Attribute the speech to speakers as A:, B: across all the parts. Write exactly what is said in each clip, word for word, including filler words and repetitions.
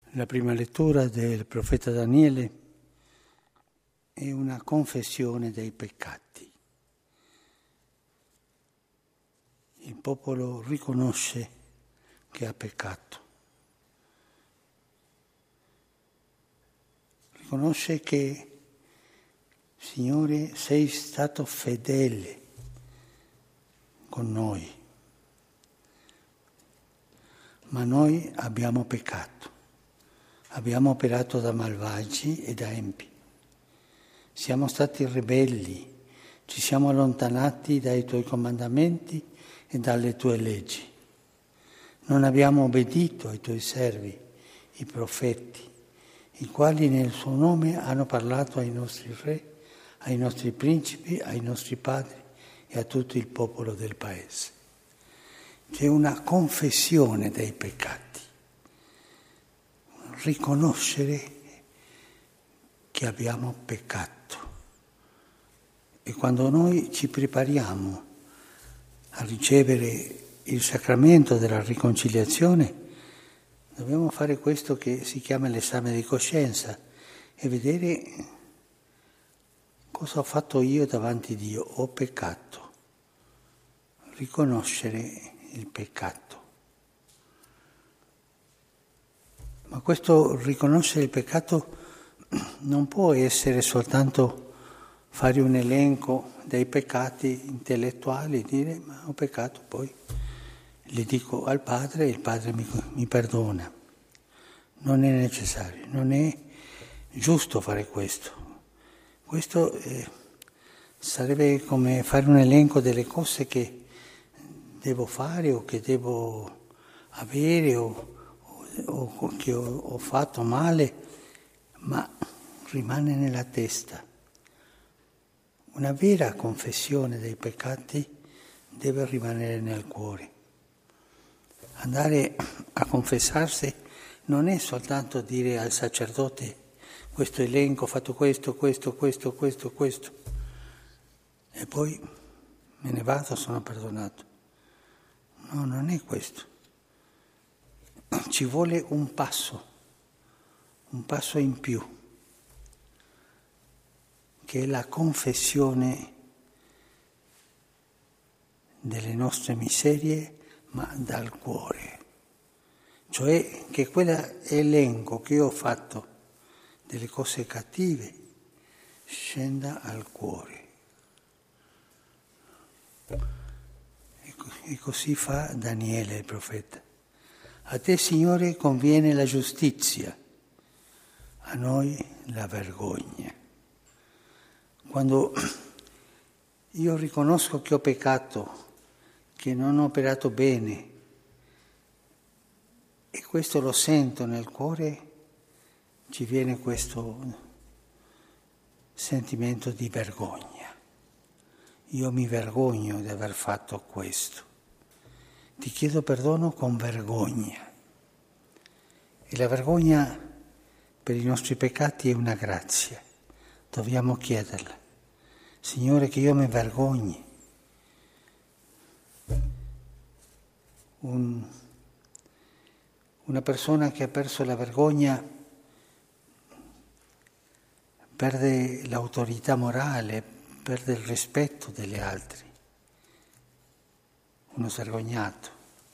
A: La prima lettura del profeta Daniele è una confessione dei peccati. Il popolo riconosce che ha peccato, riconosce che, Signore, sei stato fedele con noi, ma noi abbiamo peccato. Abbiamo operato da malvagi e da empi. Siamo stati ribelli, ci siamo allontanati dai tuoi comandamenti e dalle tue leggi. Non abbiamo obbedito ai tuoi servi, i profeti, i quali nel suo nome hanno parlato ai nostri re, ai nostri principi, ai nostri padri e a tutto il popolo del paese. C'è una confessione dei peccati. Riconoscere che abbiamo peccato. E quando noi ci prepariamo a ricevere il sacramento della riconciliazione, dobbiamo fare questo che si chiama l'esame di coscienza e vedere cosa ho fatto io davanti a Dio. Ho peccato. Riconoscere il peccato. Ma questo riconoscere il peccato non può essere soltanto fare un elenco dei peccati intellettuali, dire ma ho peccato, poi li dico al Padre e il Padre mi, mi perdona. Non è necessario, non è giusto fare questo. Questo eh, sarebbe come fare un elenco delle cose che devo fare o che devo avere o o che ho, ho fatto male, ma rimane nella testa. Una vera confessione dei peccati deve rimanere nel cuore. Andare a confessarsi non è soltanto dire al sacerdote questo elenco, ho fatto questo, questo, questo, questo, questo, e poi me ne vado, sono perdonato. No, non è questo. Ci vuole un passo, un passo in più, che è la confessione delle nostre miserie, ma dal cuore. Cioè che quell'elenco che io ho fatto delle cose cattive scenda al cuore. E così fa Daniele il profeta. A te, Signore, conviene la giustizia, a noi la vergogna. Quando io riconosco che ho peccato, che non ho operato bene, e questo lo sento nel cuore, ci viene questo sentimento di vergogna. Io mi vergogno di aver fatto questo. Ti chiedo perdono con vergogna. E la vergogna per i nostri peccati è una grazia. Dobbiamo chiederla. Signore, che io mi vergogni. Un, una persona che ha perso la vergogna perde l'autorità morale, perde il rispetto degli altri. Uno svergognato.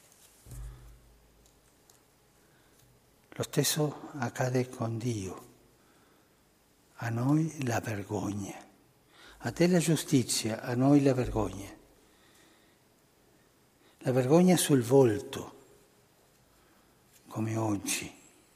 A: Lo stesso accade con Dio. A noi la vergogna. A te la giustizia, a noi la vergogna. La vergogna sul volto, come oggi.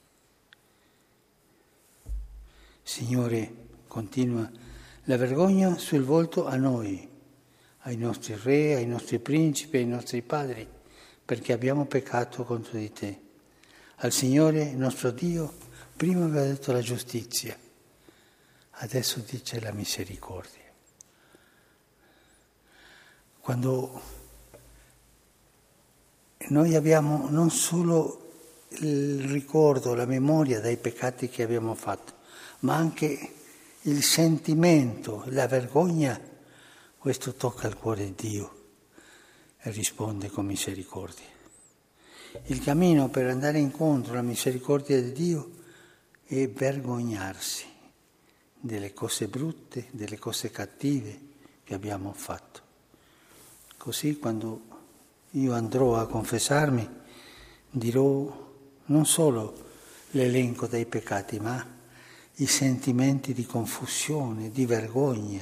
A: Signore, continua, la vergogna sul volto a noi, ai nostri re, ai nostri principi, ai nostri padri, perché abbiamo peccato contro di te. Al Signore, nostro Dio, prima aveva detto la giustizia, adesso dice la misericordia. Quando noi abbiamo non solo il ricordo, la memoria dei peccati che abbiamo fatto, ma anche il sentimento, la vergogna, questo tocca il cuore di Dio e risponde con misericordia. il cammino per andare incontro alla misericordia di Dio è vergognarsi delle cose brutte, delle cose cattive che abbiamo fatto. Così quando io andrò a confessarmi dirò non solo l'elenco dei peccati, ma i sentimenti di confusione, di vergogna,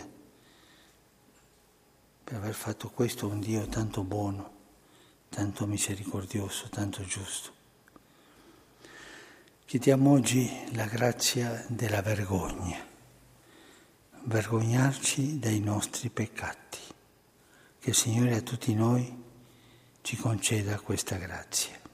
A: per aver fatto questo un Dio tanto buono, tanto misericordioso, tanto giusto. Chiediamo oggi la grazia della vergogna, vergognarci dei nostri peccati. Che il Signore a tutti noi ci conceda questa grazia.